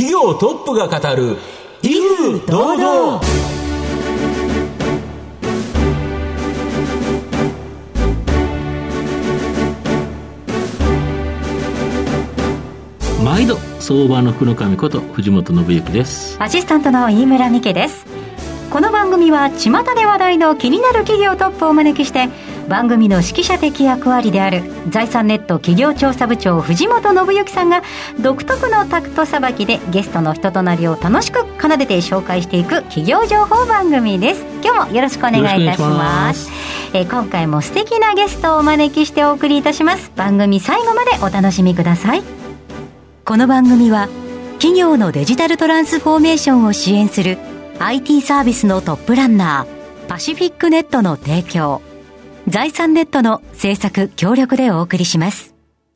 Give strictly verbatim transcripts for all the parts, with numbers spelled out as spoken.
企業トップが語る威風堂々。 毎度相場の福の神こと藤本信之です。 アシスタントの飯村美希です。この番組は巷で話題の気になる企業トップをお招きして、番組の指揮者的役割である財産ネット企業調査部長藤本信之さんが独特のタクトさばきでゲストの人となりを楽しく奏でて紹介していく企業情報番組です。今日もよろしくお願いいたします。えー、今回も素敵なゲストをお招きしてお送りいたします。番組最後までお楽しみください。この番組は企業のデジタルトランスフォーメーションを支援する アイティー サービスのトップランナーパシフィックネットの提供、財産ネットの制作協力でお送りします。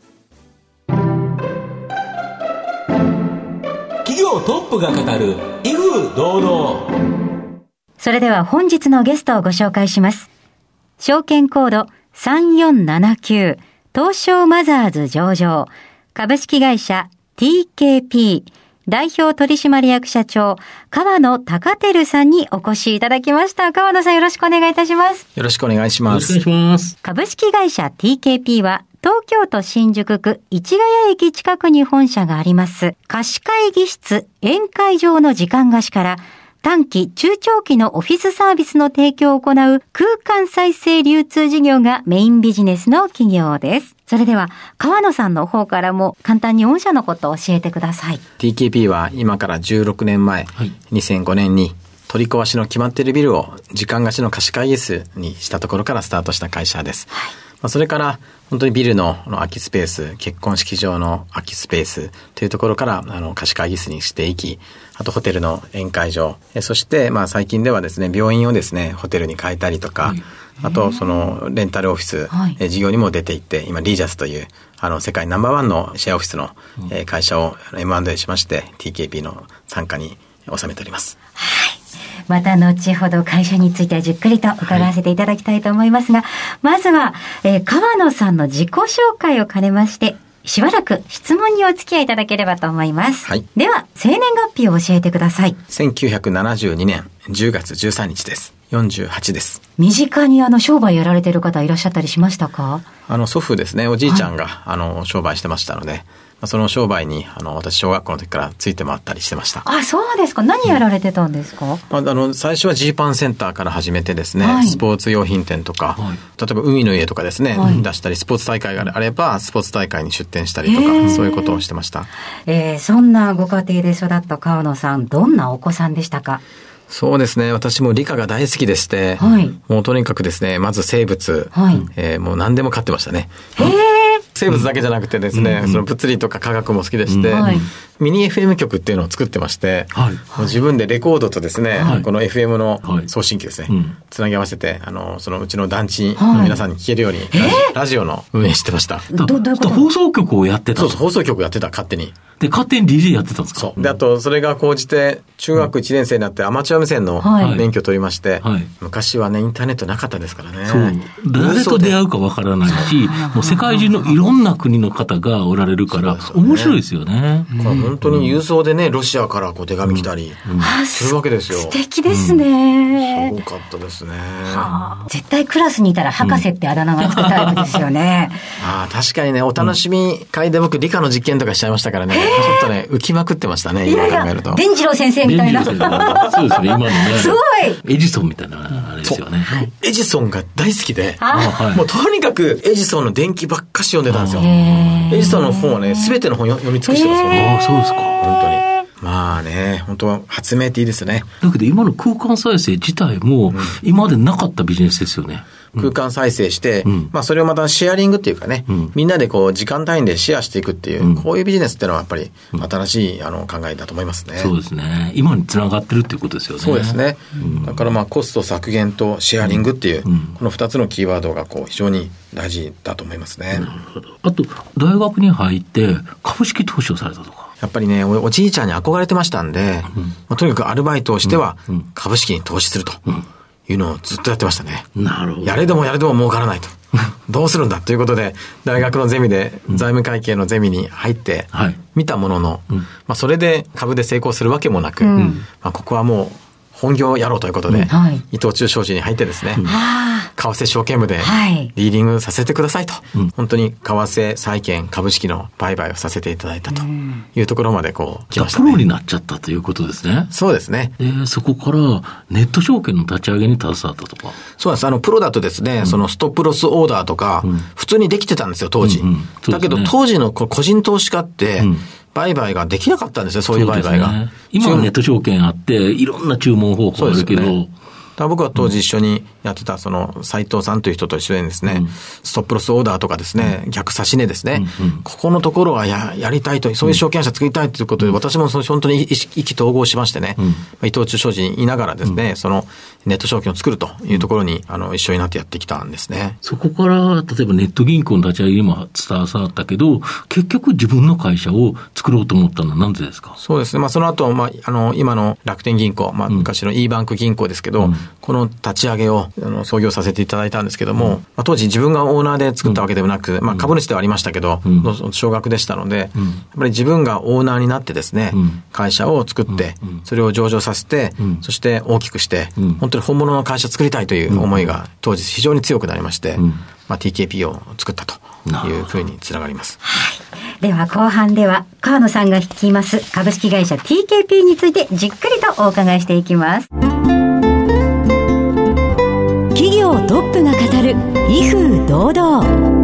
企業トップが語る威風堂々。 それでは本日のゲストをご紹介します。証券コードさんよんななきゅう東証マザーズ上場株式会社 ティーケーピー 代表取締役社長川野貴輝さんにお越しいただきました。川野さん、よろしくお願いいたします。 よろしくお願いします。 よろしくお願いします。 株式会社 ティーケーピー は東京都新宿区市ヶ谷駅近くに本社があります貸会議室宴会場の時間貸しから短期中長期のオフィスサービスの提供を行う空間再生流通事業がメインビジネスの企業です。それでは川野さんの方からも簡単に御社のことを教えてください。 ティーケーピー は今からじゅうろくねんまえ、はい、にせんごねんに取り壊しの決まっているビルを時間貸しの貸し会議室にしたところからスタートした会社です。はい、まあ、それから本当にビルの空きスペース、結婚式場の空きスペースというところからあの貸し会議室にしていき、あとホテルの宴会場、えそしてまあ最近ではですね、病院をですねホテルに変えたりとか、はい、あとそのレンタルオフィス、はい、え事業にも出ていって、今リージャスというあの世界ナンバーワンのシェアオフィスの、うんえー、会社を エムアンドエー しまして ティーケーピー の傘下に収めております。 はい、また後ほど会社についてはじっくりと伺わせていただきたいと思いますが、はい、まずは、えー、川野さんの自己紹介を兼ねましてしばらく質問にお付き合いいただければと思います。はい、では生年月日を教えてください。 せんきゅうひゃくななじゅうにねんじゅうがつじゅうさんにちです。よんじゅうはちです。 身近にあの商売やられている方いらっしゃったりしましたか？ あの祖父ですね、おじいちゃんが、はい、あの商売してましたので、その商売にあの私小学校の時からついて回ったりしてました。 あ、そうですか。何やられてたんですか？ うん、あの最初はジーパンセンターから始めてですね、はい、スポーツ用品店とか、はい、例えば海の家とかですね、はい、出したり、スポーツ大会があればスポーツ大会に出店したりとか、そういうことをしてました。 えー、そんなご家庭で育った川野さん、どんなお子さんでしたか？ そうですね。私も理科が大好きでして、はい、もうとにかくですね、まず生物、はい、えー、もう何でも飼ってましたね。 へー。 生物だけじゃなくてですね、うん、その物理とか科学も好きでして、うん、はい、ミニ エフエム 局っていうのを作ってまして、はい、もう自分でレコードとですね、はい、この エフエム の送信機ですね、はい、つなぎ合わせて、あの、そのうちの団地の皆さんに聞けるように、はい、ラ, ジラジオの運営してました。 どどういうこと？放送局をやってた？ そうそう、放送局やってた、勝手に。 で、勝手に ディージェー やってたんですか？ そう。で、あと、それが高じて、中学いちねん生になってアマチュア無線の免許を取りまして、はい、昔はね、インターネットなかったですからね。 そう。誰と出会うかわからないし、もう世界中のいろんな国の方がおられるから、面白いですよね。 これ本当に郵送でね、ロシアからこう手紙来たりするわけですよ。 素敵ですね。 すごかったですね。 絶対クラスにいたら博士ってあだ名がつくタイプですよね。 ああ、確かにね、お楽しみ会で僕理科の実験とかしちゃいましたからね。ちょっとね、浮きまくってましたね、今考えると。 伝次郎先生みたいな。 そうですね、今のね。 すごいエジソンみたいなあれですよね。 はい、エジソンが大好きで、もうとにかくエジソンの電気ばっかし読んでたんですよ。エジソンの本をね、すべての本読み尽くしてますよね。 ああ、そうですか。 本当に。まあね、本当は発明っていいですね。 だけど今の空間再生自体も、今までなかったビジネスですよね。 空間再生して、うん、まあそれをまたシェアリングっていうかね、うん、みんなでこう時間単位でシェアしていくっていう、うん、こういうビジネスっていうのはやっぱり新しいあの考えだと思いますね。 そうですね。今につながってるっていうことですよね。 そうですね。うん、だからまあコスト削減とシェアリングっていう、うん、この二つのキーワードがこう非常に大事だと思いますね。 なるほど。あと大学に入って株式投資をされたとか。 やっぱりね、お, おじいちゃんに憧れてましたんで、うんまあ、とにかくアルバイトをしては株式に投資するというのをずっとやってましたね。 なるほど。 やれどもやれども儲からないと。 どうするんだということで、大学のゼミで財務会計のゼミに入って見たものの、うん、まあ、それで株で成功するわけもなく、うん、まあ、ここはもう本業をやろうということで、うん、はい、伊藤忠商事に入ってですね、うん、為替証券部でリーディングさせてくださいと、はい、本当に為替債券株式の売買をさせていただいたというところまでこう来ましたね。 プロになっちゃったということですね。 そうですね。 えー、そこからネット証券の立ち上げに携わったとか。 そうです。あのプロだとですね、うん、そのストップロスオーダーとか、うん、普通にできてたんですよ当時、うんうん、だけど当時の個人投資家って、うん、売買ができなかったんですよ、そういう売買が。ね、 今はネット証券あって、いろんな注文方法あるけど、 だから僕は当時一緒にやってたその斉藤さんという人と一緒にですね、うん、ストップロスオーダーとかですね、うん、逆差し値ですね、うんうん、ここのところは や, やりたいと、そういう証券社作りたいということで、うん、私もその本当に意気投合しましてね、うん、伊藤忠商事にいながらですね、うん、そのネット証券を作るというところに、あの一緒になってやってきたんですね。 そこから例えばネット銀行の立ち上げにも伝わったけど、結局自分の会社を作ろうと思ったのは何でですか？ そうですね、まあ、その後、まあ、あの今の楽天銀行、まあ、昔の e バンク銀行ですけど、うん、この立ち上げをあの創業させていただいたんですけども、うん、まあ、当時自分がオーナーで作ったわけでもなく、うん、まあ、株主ではありましたけど、うん、少額でしたので、うん、やっぱり自分がオーナーになってですね、うん、会社を作って、うん、それを上場させて、うん、そして大きくして、うん、本当に本物の会社を作りたいという思いが当時非常に強くなりまして、うん、まあ、ティーケーピー を作ったというふうにつながります。 はい、では後半では川野さんが率います株式会社 ティーケーピー についてじっくりとお伺いしていきます。企業トップが語る威風堂々。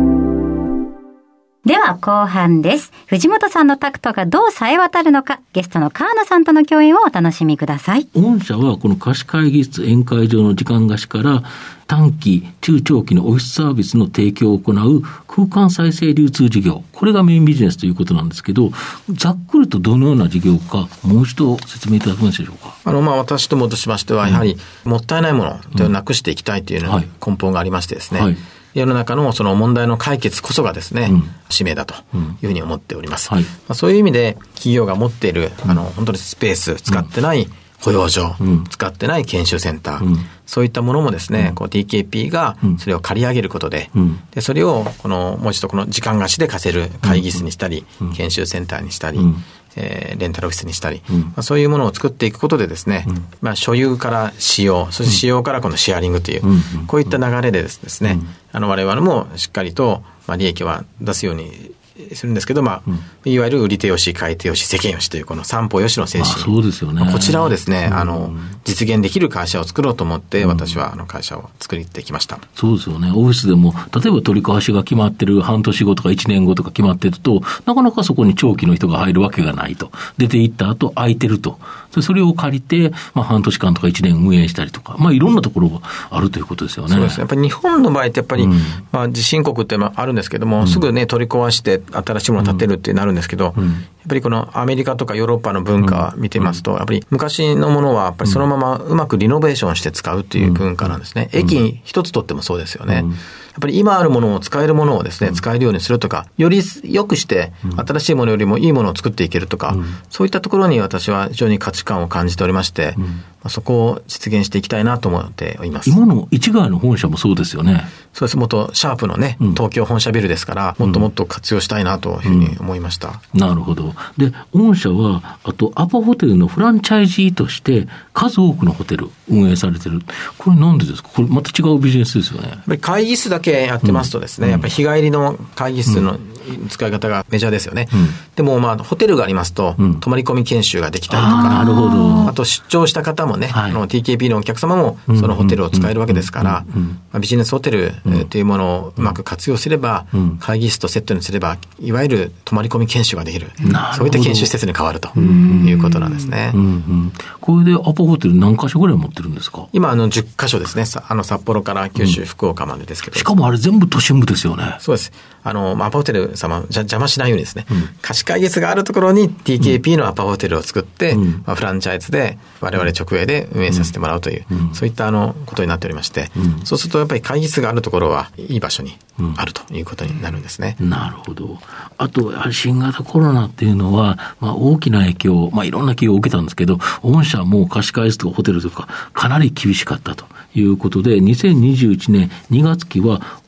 では後半です。藤本さんのタクトがどう冴え渡るのか、ゲストの川野さんとの共演をお楽しみください。 御社はこの貸し会議室宴会場の時間貸しから短期中長期のオフィスサービスの提供を行う空間再生流通事業、これがメインビジネスということなんですけど、ざっくりとどのような事業かもう一度説明いただけますでしょうか。 あのまあ私どもとしましてはやはりもったいないものというのをなくしていきたいというのが根本がありましてですね、はいはい、世の中のその問題の解決こそがですね、うん、使命だというふうに思っております。うん、はい、まあ、そういう意味で企業が持っている、うん、あの本当にスペース使ってない保養所、うん、使ってない研修センター、うん、そういったものもですね、うん、こう ティーケーピー がそれを借り上げることで、うん、でそれをこのもう一度この時間貸しで貸せる会議室にしたり、うん、研修センターにしたり、うん、えー、レンタルオフィスにしたり、うん、まあ、そういうものを作っていくことでですね、うん、まあ、所有から使用、そして使用からこのシェアリングという、うん、こういった流れでですね、うん、あの我々もしっかりとまあ利益は出すようにするんですけど、まあ、うん、いわゆる売り手よし、買い手よし、世間よしというこの三方よしの精神。 そうですよね。 こちらをですね、うん、あの、実現できる会社を作ろうと思って、うん、私はあの会社を作りてきました。 そうですよね。オフィスでも、例えば取り交わしが決まってる半年後とかいちねんごとか決まってると、なかなかそこに長期の人が入るわけがないと。出て行った後空いてると。それを借りて、まあ半年間とかいちねん運営したりとか、まあいろんなところがあるということですよね。 そうですね。やっぱり日本の場合ってやっぱり、うん、まあ地震国ってあるんですけども、うん、すぐね、取り壊して新しいものを建てるってなるんですけど、うんうん、やっぱりこのアメリカとかヨーロッパの文化を見てますと、うん、やっぱり昔のものはやっぱりそのままうまくリノベーションして使うっていう文化なんですね。うん、駅一つとってもそうですよね。うん、やっぱり今あるものを使えるものをですね、使えるようにするとか、より良くして新しいものよりもいいものを作っていけるとか、うん、そういったところに私は非常に価値観を感じておりまして、うん、まあ、そこを実現していきたいなと思っております。 今の市ヶ谷の本社もそうですよね。 そうです。元シャープのね、東京本社ビルですから、うん、もっともっと活用したいなというふうに思いました。 うん、なるほど。で、御社は、あとアパホテルのフランチャイジーとして数多くのホテル運営されてる。これなんでですか？これまた違うビジネスですよね。やっぱり会議室だけやってますとですね、うん、やっぱり日帰りの会議室の使い方がメジャーですよね。うん、でもまあホテルがありますと、うん、泊まり込み研修ができたりとか、 なるほど。 あと出張した方もね、はい、あの ティーケーピー のお客様もそのホテルを使えるわけですから、ビジネスホテルというものをうまく活用すれば、うん、会議室とセットにすればいわゆる泊まり込み研修ができる、そういった研修施設に変わるということなんですね。うんうん、 これでアパホテル何カ所ぐらい持ってるんですか？ 今あのじゅっカ所ですね。あの札幌から九州、うん、福岡までですけど、 しかもあれ全部都心部ですよね。 そうです。あの、まあ、アパホテル様じゃ邪魔しないようにですね、うん、貸し会議室があるところに ティーケーピー のアパホテルを作って、うん、まあ、フランチャイズで我々直営で運営させてもらうという、うん、そういったあのことになっておりまして、うん、そうするとやっぱり会議室があるところはいい場所にあるということになるんですね。 うん、なるほど。あと新型コロナっていうのは、まあ、大きな影響、まあ、いろんな企業を受けたんですけど、御社はもう貸し会議室とかホテルとかかなり厳しかったということで、にせんにじゅういちねんにがつきは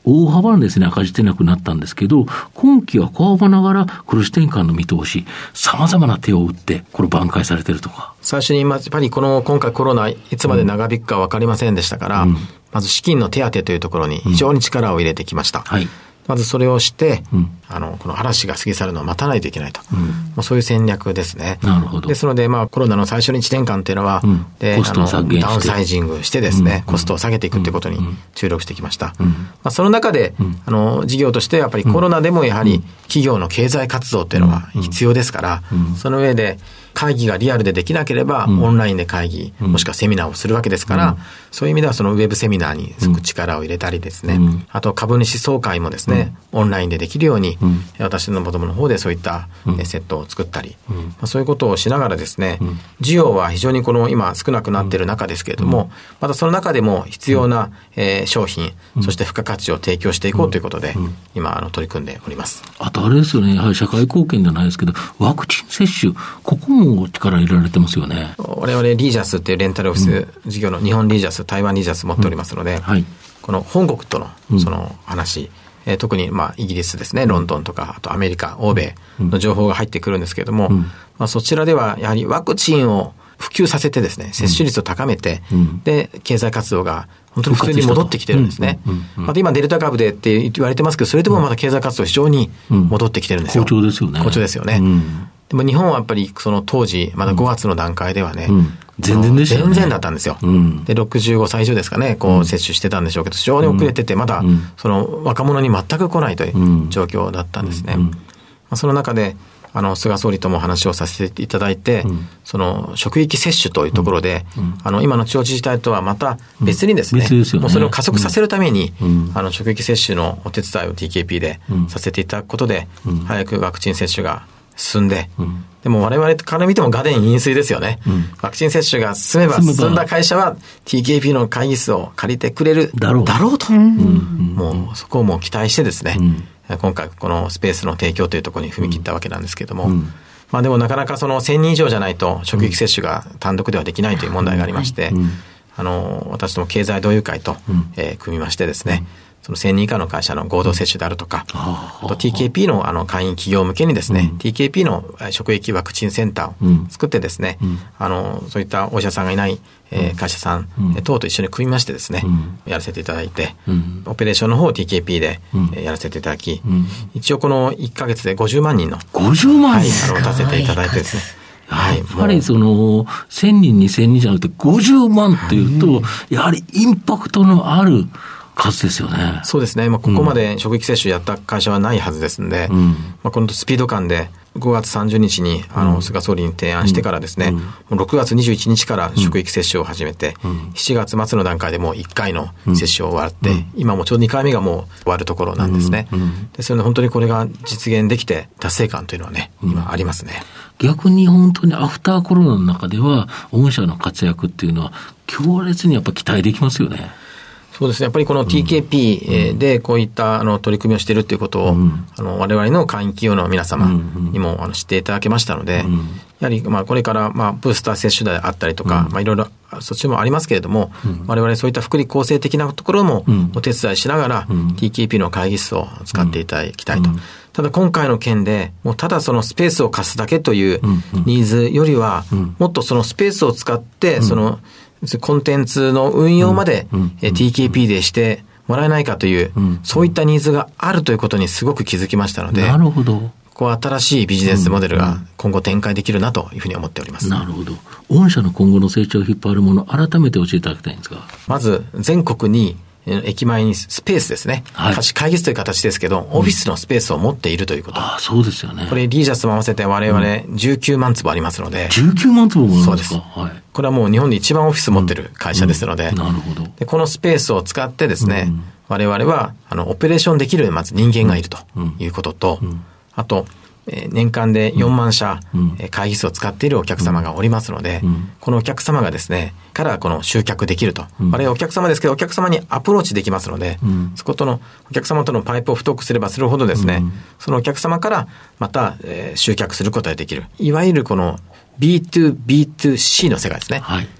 大幅なですね、赤字転落になったんですけど、今期は小幅ながら黒字転換の見通し、様々な手を打って、これ挽回されてるとか。 最初に、やっぱりこの今回コロナいつまで長引くか分かりませんでしたから、うん、まず資金の手当というところに非常に力を入れてきました。うん、はい。まずそれをして、うん、あの、この嵐が過ぎ去るのを待たないといけないと。うん、まあ、そういう戦略ですね。 なるほど。 ですので、まあ、コロナの最初のいちねんかんっていうのは、うん、で、 コストを下げしてダウンサイジングしてですね、うん、コストを下げていくっていうことに注力してきました。うん、まあ、その中で、うん、あの、事業としてやっぱりコロナでもやはり企業の経済活動っていうのは必要ですから、うんうん、その上で、会議がリアルでできなければ、うん、オンラインで会議、うん、もしくはセミナーをするわけですから、うん、そういう意味ではそのウェブセミナーにすごく力を入れたりですね、うん、あと株主総会もですね、うん、オンラインでできるように、うん、私どもの方でそういった、うん、セットを作ったり、うんまあ、そういうことをしながらですね、うん、需要は非常にこの今少なくなっている中ですけれども、うん、またその中でも必要な、えー、商品、うん、そして付加価値を提供していこうということで、うん、今あの取り組んでおります。 あとあれですよね、やはり社会貢献じゃないですけど、ワクチン接種、ここも力入れられてますよね。 我々リージャスっていうレンタルオフィス事業の日本リージャス、台湾リージャス持っておりますので、うんはい、この本国とのその話、うんえー、特にまあイギリスですね、ロンドンとか、あとアメリカ、欧米の情報が入ってくるんですけれども、うんまあ、そちらではやはりワクチンを普及させてですね、接種率を高めて、うん、で、経済活動が本当に普通に戻ってきてるんですね。うんうんうん、また今デルタ株でって言われてますけど、それでもまた経済活動非常に戻ってきてるんですよ。 好調ですよね。 好調ですよね。うんでも日本はやっぱりその当時まだごがつの段階ではね、うん、 全然でしたよね。 全然だったんですよ、うん、でろくじゅうごさい以上ですかねこう接種してたんでしょうけど非常に遅れててまだその若者に全く来ないという状況だったんですね、うんうんまあ、その中であの菅総理とも話をさせていただいて、うん、その職域接種というところで、うん、あの今の地方自治体とはまた別にですね、うん、別ですよね。もうそれを加速させるために、うん、あの職域接種のお手伝いを ティーケーピー でさせていただくことで、うん、早くワクチン接種が進んで、うん、でも我々から見ても画面飲水ですよね、うん、ワクチン接種が進めば進んだ会社は ティーケーピー の会議室を借りてくれるだろう、だろうと、うん、もうそこをもう期待してですね、うん、今回このスペースの提供というところに踏み切ったわけなんですけれども、うんうんまあ、でもなかなかそのせんにん以上じゃないと職域接種が単独ではできないという問題がありまして、うん、あの私ども経済同友会と、うんえー、組みましてですね、うんそのせんにん以下の会社の合同接種であるとか、うん、あと ティーケーピー のあの会員企業向けにですね、うん、ティーケーピー の職域ワクチンセンターを作ってですね、うん、あのそういったお医者さんがいない、えー、会社さん、うん、等と一緒に組みましてですね、うん、やらせていただいて、うん、オペレーションの方を ティーケーピー で、うんえー、やらせていただき、うん、一応このいっかげつでごじゅうまんにんのごじゅうまんにん、 はい、あの打たせていただいてですねはい、やっぱりそのせんにんにせんにんじゃなくてごじゅうまんっていうと、うん、やはりインパクトのある数ですよね。 そうですね、まあ、ここまで職域接種やった会社はないはずですので、うんまあ、このスピード感でごがつさんじゅうにちにあの菅総理に提案してからですね、うんうん、ろくがつにじゅういちにちから職域接種を始めて、うん、しちがつ末の段階でもういっかいの接種を終わって、うん、今もちょうどにかいめがもう終わるところなんですね、うんうん、ですので本当にこれが実現できて達成感というのはね、うん、今ありますね。 逆に本当にアフターコロナの中では御社の活躍っていうのは強烈にやっぱ期待できますよね。 そうですね。やっぱりこの ティーケーピー でこういったあの取り組みをしているということを、うん、あの我々の会員企業の皆様にもあの知っていただけましたので、うん、やはりまあこれからまあブースター接種であったりとか、うん、まあいろいろそっちもありますけれども、うん、我々そういった福利厚生的なところもお手伝いしながら、うん、ティーケーピー の会議室を使っていただきたいと。うん、ただ今回の件でもうただそのスペースを貸すだけというニーズよりは、うん、もっとそのスペースを使ってそのコンテンツの運用まで ティーケーピー でしてもらえないかという、うん、そういったニーズがあるということにすごく気づきましたので、 なるほど。 こう新しいビジネスモデルが今後展開できるなというふうに思っております。 なるほど。御社の今後の成長を引っ張るもの、改めて教えていただきたいんですが、 まず全国に駅前にスペースですね、はい、貸し会議室という形ですけど、オフィスのスペースを持っているということ、うん、 ああそうですよね。 これリージャスも合わせて我々じゅうきゅうまんつぼありますので、 じゅうきゅうまんつぼもありますか。 そうです、はい、これはもう日本で一番オフィス持ってる会社ですので、 うんうん、なるほど。 でこのスペースを使ってですね、うん、我々はあのオペレーションできるまず人間がいるということと、うんうん、あと年間でよんまんしゃ、うん、会議室を使っているお客様がおりますので、うん、このお客様がですねからこの集客できると、うん、あれはお客様ですけどお客様にアプローチできますので、うん、そことのお客様とのパイプを太くすればするほどですね、うん、そのお客様からまた、えー、集客することができる、いわゆるこの ビーツービーツーシー の世界ですね、はい、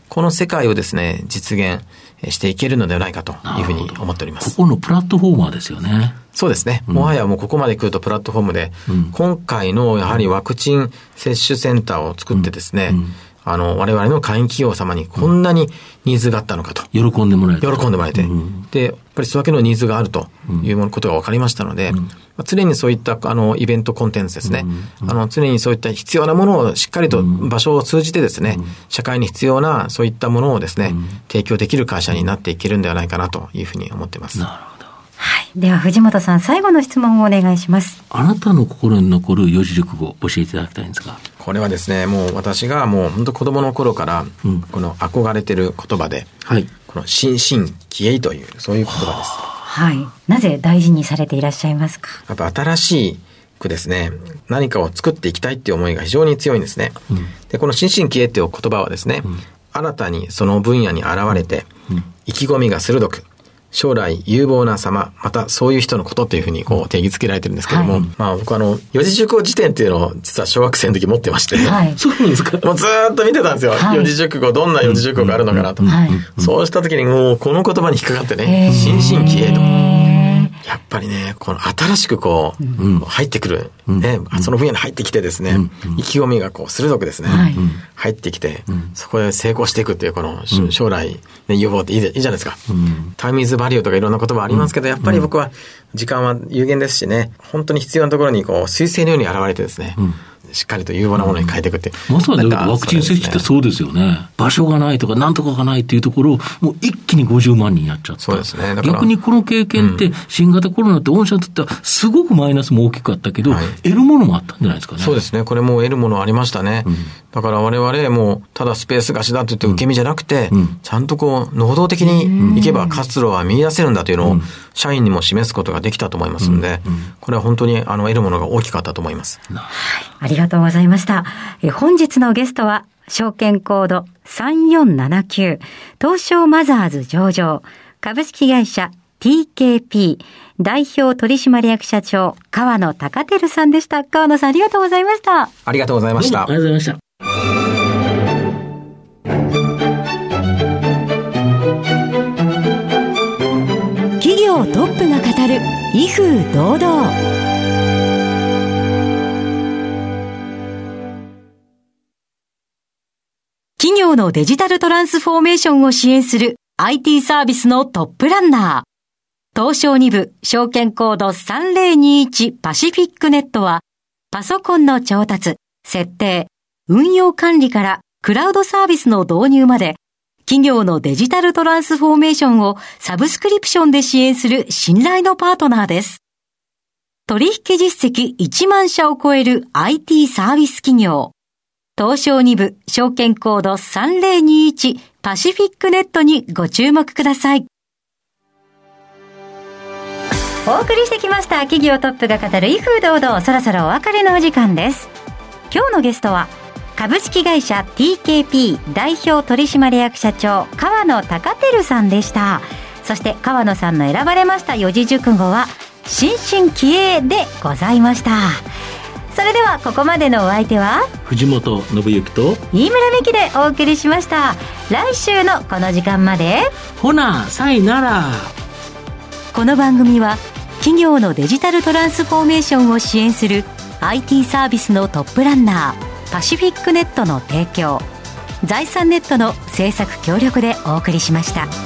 この世界をですね、実現していけるのではないかというふうに思っております。 ここのプラットフォーマーですよね。 そうですね。 うん、 もはやもうここまで来るとプラットフォームで、うん、今回のやはりワクチン接種センターを作ってですね、うんうんあの、我々の会員企業様にこんなにニーズがあったのかと。 喜んでもらえて。 喜んでもらえて。うん、で、やっぱりそれだけのニーズがあるということが分かりましたので、うんまあ、常にそういったあのイベントコンテンツですね、うん、あの常にそういった必要なものをしっかりと場所を通じてですね、うん、社会に必要なそういったものをですね、うん、提供できる会社になっていけるんではないかなというふうに思っています。 なるほど。はい。では藤本さん、最後の質問をお願いします。 あなたの心に残る四字熟語を教えていただきたいんですが。 これはですね、もう私がもう本当子供の頃からこの憧れてる言葉で、うんはい、この心身気鋭というそういう言葉です。 はい。なぜ大事にされていらっしゃいますか？ やっぱ新しくですね、何かを作っていきたいっていう思いが非常に強いんですね。うん、で、この心身気鋭っていう言葉はですね、うん、新たにその分野に現れて、うん、意気込みが鋭く、将来有望な様、またそういう人のことというふうにこう定義づけられてるんですけども、はい、まあ僕あの四字熟語辞典っていうのを実は小学生の時持ってまして、はい、そうなんですか。もうずーっと見てたんですよ、はい、四字熟語どんな四字熟語があるのかなと、はい、そうした時にもうこの言葉に引っかかってね、心身気鋭とやっぱりね、この新しくこう、うん、入ってくる、うんね、その分野に入ってきてですね、うん、意気込みがこう鋭くですね、はい、入ってきて、うん、そこで成功していくっていうこの、うん、将来、ね、有望っていいじゃないですか、うん。タイムイズバリューとかいろんな言葉ありますけど、やっぱり僕は時間は有限ですしね、本当に必要なところにこう彗星のように現れてですね、うんしっかりと有望なものに変えていくって、 うん、まさにワクチン接種ってそうですよね。場所がないとかなんとかがないっていうところをもう一気にごじゅうまんにんやっちゃった。 そうですね。だから逆にこの経験って新型コロナって御社にとってはすごくマイナスも大きかったけど、はい、得るものもあったんじゃないですかね。 そうですね。これも得るものありましたね。うん、だから我々もただスペース貸しだと言って受け身じゃなくて、うん、ちゃんとこう能動的にいけば活路は見出せるんだというのを社員にも示すことができたと思いますので、うんうん、これは本当にあの得るものが大きかったと思います。 はい、ありがとうございました。え本日のゲストは証券コードさんよんななきゅう東証マザーズ上場株式会社 ティーケーピー 代表取締役社長川野貴輝さんでした。川野さんありがとうございました。 ありがとうございました。 ありがとうございました。 企業トップが語る威風堂々。企業のデジタルトランスフォーメーションを支援する アイティー サービスのトップランナー。東証に部証券コードさんぜろにいちパシフィックネットはパソコンの調達、設定、運用管理からクラウドサービスの導入まで企業のデジタルトランスフォーメーションをサブスクリプションで支援する信頼のパートナーです。取引実績いちまんしゃを超える アイティー サービス企業。東証に部証券コードさんぜろにいちパシフィックネットにご注目ください。お送りしてきました企業トップが語る威風堂々、そろそろお別れのお時間です。今日のゲストは株式会社 ティーケーピー 代表取締役社長川野貴輝さんでした。そして川野さんの選ばれました四字熟語は心身気鋭でございました。それではここまでのお相手は藤本信之と飯村美希でお送りしました。来週のこの時間までほなさいなら。 この番組は企業のデジタルトランスフォーメーションを支援する アイティー サービスのトップランナーパシフィックネットの提供、財産ネットの制作協力でお送りしました。